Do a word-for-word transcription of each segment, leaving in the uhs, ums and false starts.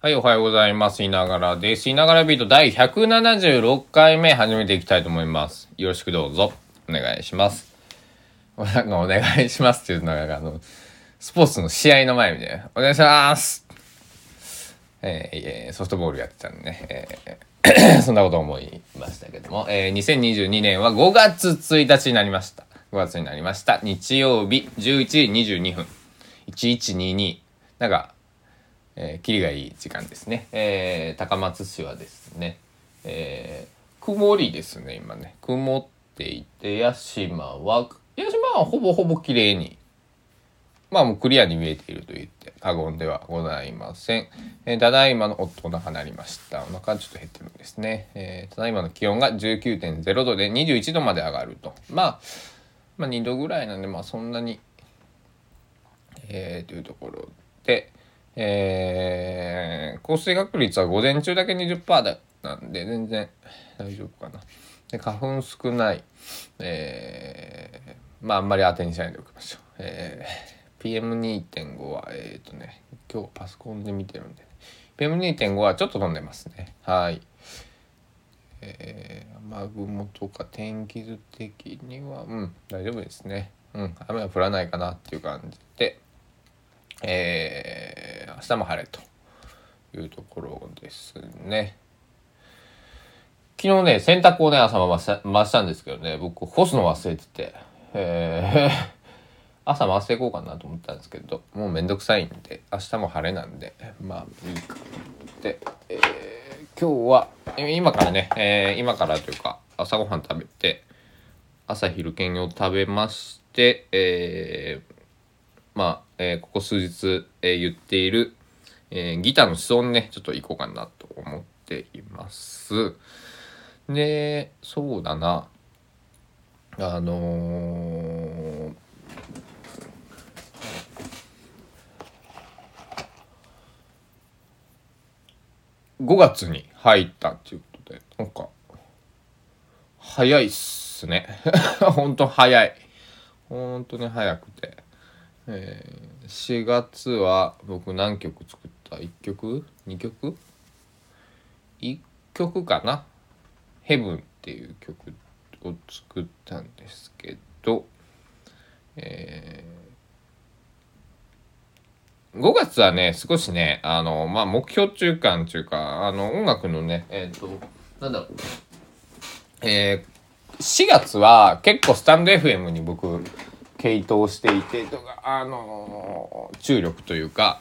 はい、おはようございます。いながらです。いながらビート第ひゃくななじゅうろっかいめ始めていきたいと思います。よろしくどうぞ。お願いします。なんかお願いしますっていうのが、あの、スポーツの試合の前みたいな。お願いします。えー、ソフトボールやってたんでね。えー、そんなこと思いましたけども、えー、にせんにじゅうにねんはごがつついたちになりました。ごがつになりました。日曜日じゅういちじにじゅうにふん。いちいちにに。なんか、えー、キリがいい時間ですね。えー、高松市はですね、えー、曇りですね、今ね。曇っていて、屋島は、屋島はほぼほぼ綺麗に、まあもうクリアに見えていると言って過言ではございません。えー、ただいまの、おっとお腹鳴りました。お腹ちょっと減ってるんですね。えー、ただいまの気温が じゅうきゅうてんゼロ 度でにじゅういちどまで上がると。まあ、まあにどぐらいなんで、まあそんなに、えー、というところで、えー、降水確率は午前中だけ にじゅっパーセント なんで全然大丈夫かな。で花粉少ない、えー、まああんまり当てにしないでおきましょう。えー、ピーエムにてんご はえっ、ー、とね今日パソコンで見てるんで、ね、ピーエムにてんご はちょっと飛んでますね。はい。えー、雨雲とか天気図的にはうん大丈夫ですね。うん雨は降らないかなっていう感じで。えー、明日も晴れというところですね。昨日ね洗濯をね朝回した回したんですけどね、僕干すの忘れてて、えー、朝回していこうかなと思ったんですけど、もうめんどくさいんで明日も晴れなんでまあいいかで、えー、今日は今からね、えー、今からというか朝ごはん食べて朝昼兼用食べまして、えーまあ、えー、ここ数日、えー、言っている、えー、ギターの室温ね、ちょっと行こうかなと思っています。で、そうだな。あのー、ごがつに入ったっていうことで、なんか、早いっすね。ほんと早い。ほんとに早くて。えー、しがつは僕何曲作った ?いっ 曲 ?に 曲 ?いっ 曲かな、ヘブンっていう曲を作ったんですけど、えー、ごがつはね少しねあのまあ目標中間っていうかあの音楽のねえっ、ー、となんだろうえー、しがつは結構スタンド エフエム に僕傾倒していてとかあの注力というか、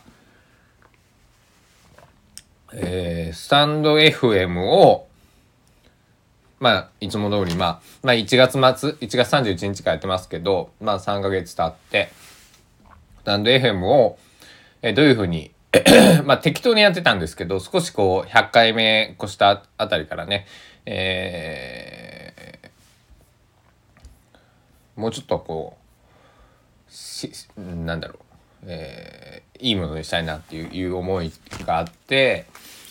えー、スタンド エフエム をまあいつも通り、まあ、まあいちがつまついちがつさんじゅういちにちからやってますけど、まあさんかげつ経ってスタンド エフエム を、えー、どういうふうにまあ適当にやってたんですけど、少しこうひゃっかいめ越したあたりからね、えー、もうちょっとこうしなんだろう、えー、いいものにしたいなっていう、いう思いがあって、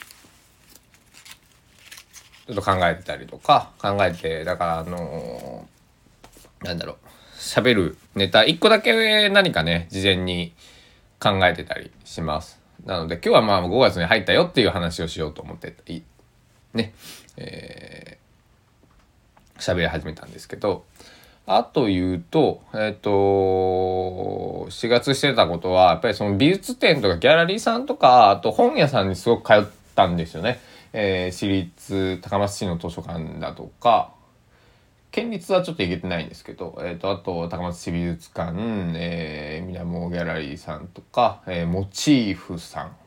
ちょっと考えてたりとか考えてだからあのー、なんだろう喋るネタいっこだけ何かね事前に考えてたりします。なので今日はまあごがつに入ったよっていう話をしようと思ってね、えー、喋り始めたんですけど、あと言うとえっとしがつしてたことはやっぱりその美術展とかギャラリーさんとかあと本屋さんにすごく通ったんですよね。えー、私立高松市の図書館だとか県立はちょっと行けてないんですけど、えー、とあと高松市美術館、えー、みなもギャラリーさんとか、えー、モチーフさん、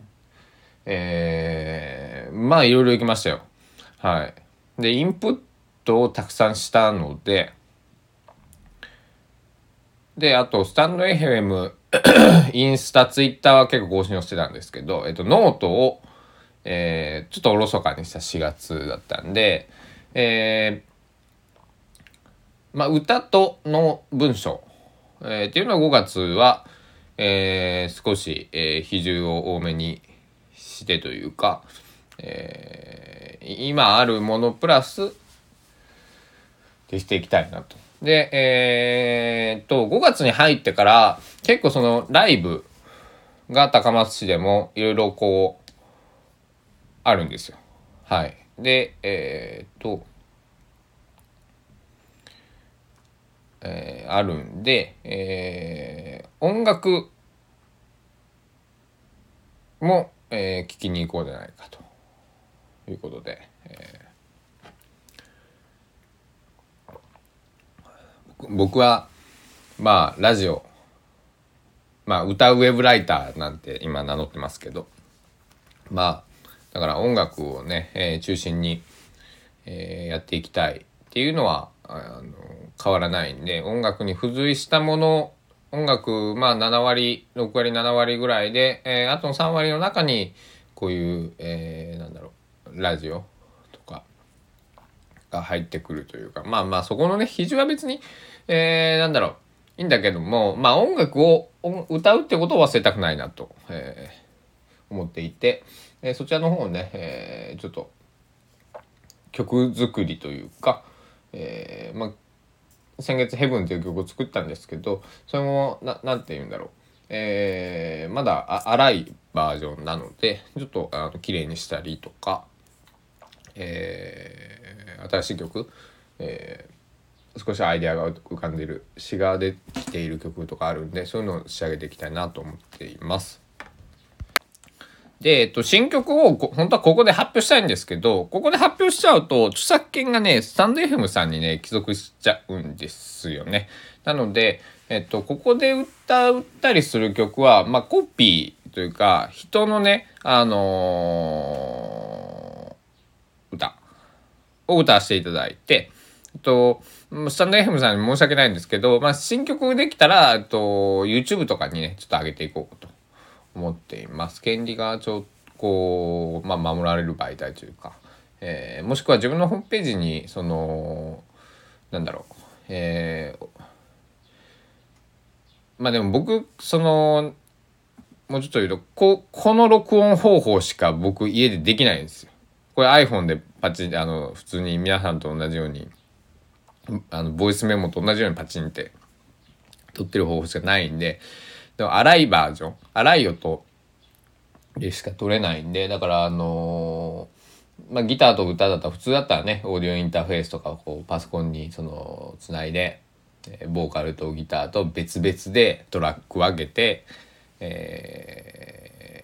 えー、まあいろいろ行きましたよ。はい。でインプットをたくさんしたのでであとスタンド エフエム インスタツイッターは結構更新をしてたんですけど、えっと、ノートを、えー、ちょっとおろそかにしたしがつだったんで、えー、まあ歌との文章、えー、っていうのはごがつは、えー、少し、えー、比重を多めにしてというか、えー、今あるものプラスでしていきたいなと。で、えー、っとごがつに入ってから結構そのライブが高松市でもいろいろこあるんですよ。はい。で、えー、っと、えー、あるんで、えー、音楽も、えー、聞きに行こうじゃないかということで、えー、僕はまあラジオ、まあ歌うウェブライターなんて今名乗ってますけど、まあだから音楽をね、えー、中心に、えー、やっていきたいっていうのはあの変わらないんで、音楽に付随したもの、音楽まあなな割ろく割なな割ぐらいで、えー、あとのさん割の中にこういう、えー、なんだろうラジオとかが入ってくるというか、まあまあそこのね比重は別に、えー、なんだろういいんだけども、まあ音楽を歌うってことを忘れたくないなと、えー、思っていて、えー、そちらの方をね、えー、ちょっと曲作りというか、えー、まあ先月ヘブンという曲を作ったんですけど、それもななんて言うんだろう、えー、まだあ荒いバージョンなのでちょっとあの綺麗にしたりとか、えー、新しい曲、えー、少しアイデアが浮かんでいる詩が出てきている曲とかあるんで、そういうのを仕上げていきたいなと思っています。で、えっと、新曲を本当はここで発表したいんですけど、ここで発表しちゃうと著作権がねスタンド エフエム さんにね帰属しちゃうんですよね。なので、えっと、ここで歌ったりする曲は、まあ、コピーというか人のねあのー、歌を歌わせていただいて、えっと、スタンド エフエム さんに申し訳ないんですけど、まあ、新曲できたら、えっと、YouTube とかにねちょっと上げていこうと思っています。権利がちょっとこう、まあ、守られる媒体というか、えー、もしくは自分のホームページにそのなんだろう、えー、まあでも僕そのもうちょっと言うとここの録音方法しか僕家でできないんですよ。これ iPhone でパチンあの普通に皆さんと同じようにあのボイスメモと同じようにパチンって撮ってる方法しかないんで、でも荒いバージョン荒い音でしか撮れないんで、だからあのー、まあギターと歌だったら普通だったらねオーディオインターフェースとかをこうパソコンにそのつないで、えー、ボーカルとギターと別々でトラックを上げて、え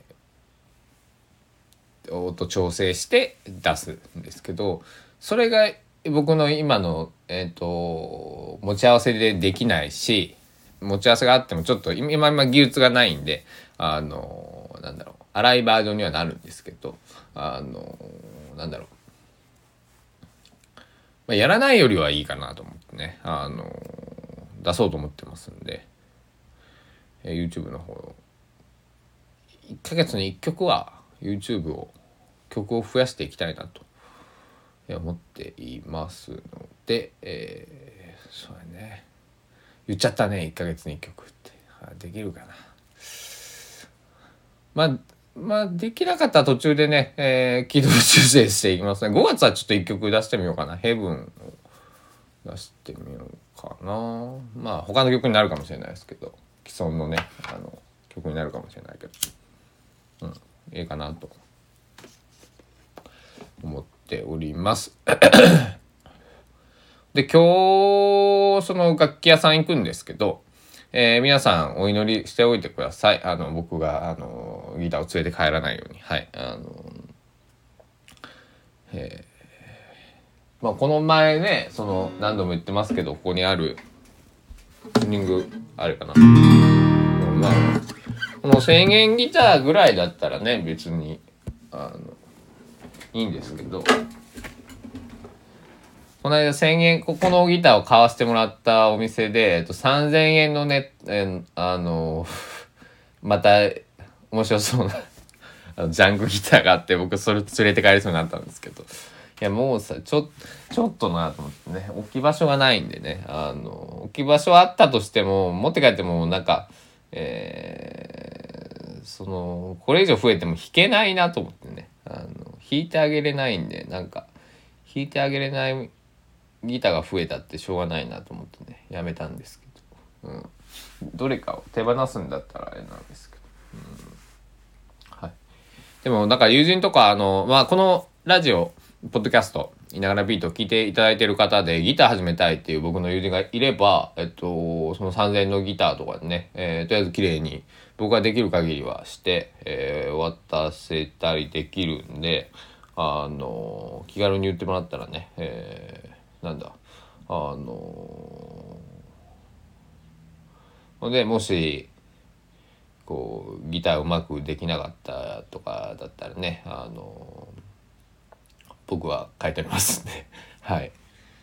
ー、音調整して出すんですけど、それが僕の今の、えーと、持ち合わせでできないし、持ち合わせがあってもちょっと今今技術がないんで、あのなんだろう荒いバージョンにはなるんですけど、あのなんだろう、まあ、やらないよりはいいかなと思ってね、あの出そうと思ってますんで、えー、YouTube の方いっかげつにいっきょくは YouTube を曲を増やしていきたいなと思っていますので、えー、そうやね言っちゃったねいっかげつにいっきょくってできるかな。まあまあできなかったら途中でね、えー、軌道修正していきますね。ごがつはちょっといっきょく出してみようかな。ヘブンを出してみようかな。まあ他の曲になるかもしれないですけど、既存のねあの曲になるかもしれないけど、うん、いいかなと思っておりますで今日その楽器屋さん行くんですけど、えー、皆さんお祈りしておいてください。あの僕があのギターを連れて帰らないように。はいあの、えー、まあこの前ねその何度も言ってますけど、ここにあるチューニングあれかな、まあこのせんえんギターぐらいだったらね別にあのいいんですけど、この間せんえんここのギターを買わせてもらったお店で、えっと、さんぜんえんのね、えあのまた面白そうなあのジャンクギターがあって、僕それ連れて帰りそうになったんですけど、いやもうさちょちょっとなと思ってね、置き場所がないんでね、あの置き場所あったとしても持って帰ってもなんか、えー、そのこれ以上増えても弾けないなと思ってね、あの弾いてあげれないんで、なんか弾いてあげれないギターが増えたってしょうがないなと思ってねやめたんですけど、うん、どれかを手放すんだったらあれなんですけど、うん、はい。 でもなんか友人とかあのまあこのラジオポッドキャストいながらビートを聞いていただいている方でギター始めたいっていう僕の友人がいれば、えっと、そのさんぜんえんのギターとかでね、えー、とりあえず綺麗に僕ができる限りはして、えー、渡せたりできるんで、あの気軽に言ってもらったらね、えー、なんだあのでもしこうギターうまくできなかったとかだったらね、あの僕は書いてありますんではい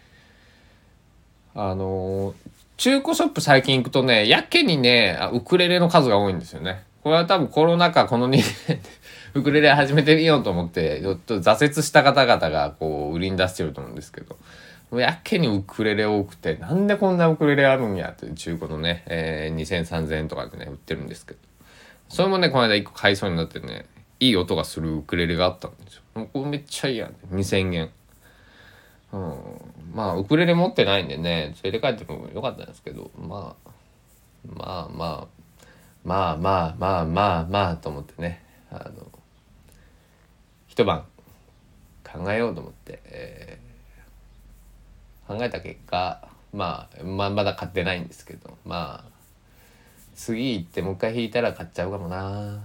あの中古ショップ最近行くとねやけにねウクレレの数が多いんですよね。これは多分コロナ禍このにねんでウクレレ始めてみようと思ってちょっと挫折した方々がこう売りに出してると思うんですけど、やけにウクレレ多くてなんでこんなウクレレあるんやっていう中古のね、えー、にせんさんぜんえんとかでね売ってるんですけど、それもねこの間いっこ買いそうになってねいい音がするウクレレがあったんですよ。もうこれめっちゃいいやん、ね、にせんえん。うん、まあウクレレ持ってないんでね連れて帰ってもよかったんですけど、まあまあまあまあまあまあまあまあと思ってね、あの一晩考えようと思って、えー、考えた結果、まあ、まあまだ買ってないんですけど、まあ次行ってもう一回弾いたら買っちゃうかもな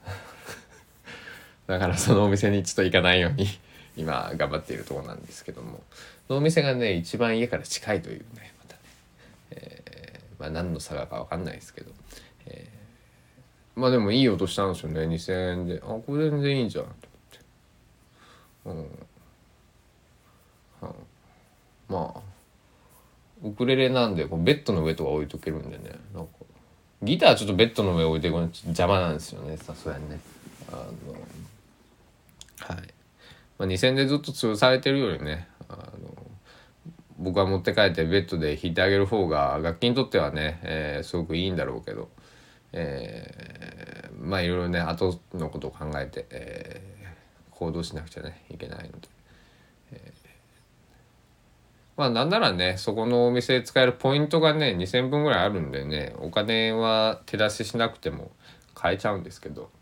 だからそのお店にちょっと行かないように今頑張っているところなんですけども、そのお店がね一番家から近いというね、またね、えー、まあ何の差がか分かんないですけど、えー、まあでもいい音したんですよね。にせんえんで、あこれ全然いいじゃんと思って、うん、はあ、まあウクレレなんでこうベッドの上とか置いとけるんでね、なんかギターちょっとベッドの上置いてるの邪魔なんですよね、さすがにね。あのはい、まあ、にせんえんでずっと潰されてるよりね、あの僕は持って帰ってベッドで弾いてあげる方が楽器にとってはね、えー、すごくいいんだろうけど、えー、まあいろいろね後のことを考えて、えー、行動しなくちゃねいけないので、えー、まあなんならねそこのお店で使えるポイントがねにせんぶんぐらいあるんでね、お金は手出ししなくても買えちゃうんですけど、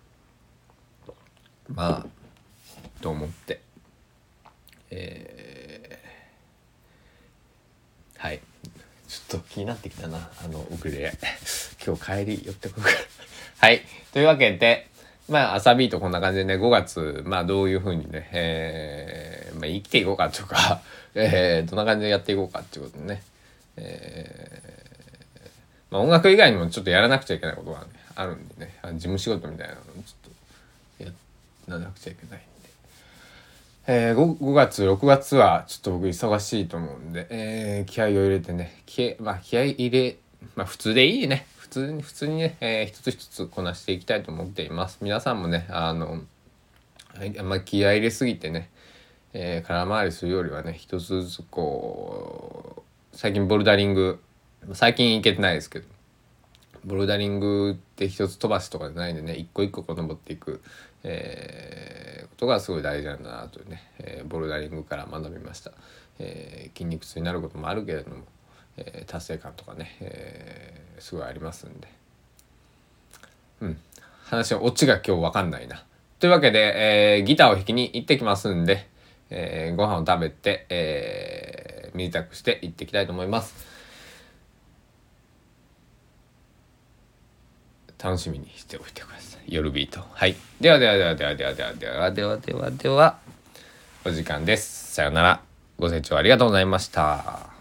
まあと思って、えー、はいちょっと気になってきたなあのウクレレ今日帰り寄ってこようかはいというわけでまあ朝ビートこんな感じでねごがつまあどういう風にね、えーまあ、生きていこうかとか、えー、どんな感じでやっていこうかっていうことでね、えーまあ、音楽以外にもちょっとやらなくちゃいけないことが、ね、あるんでね、事務仕事みたいなのをちょっとやらなくちゃいけないんで、えー、5, ごがつろくがつはちょっと僕忙しいと思うんで、えー、気合を入れてね気,、まあ、気合入れまあ普通でいいね普通に普通にね、えー、一つ一つこなしていきたいと思っています。皆さんもねあのあんま気合入れすぎてね、えー、空回りするよりはね一つずつこう最近ボルダリング最近行けてないですけどボルダリングって一つ飛ばしとかじゃないんでね一個一個こう登っていく、えー、ことがすごい大事なんだなというね、えー、ボルダリングから学びました、えー、筋肉痛になることもあるけれども、えー、達成感とかね、えー、すごいありますんで、うん話はオチが今日分かんないなというわけで、えー、ギターを弾きに行ってきますんで、えー、ご飯を食べて、えー、身支度して行ってきたいと思います。楽しみにしておいてください。夜ビート。はい。ではではではではではではではではではではお時間です。さようなら。ご清聴ありがとうございました。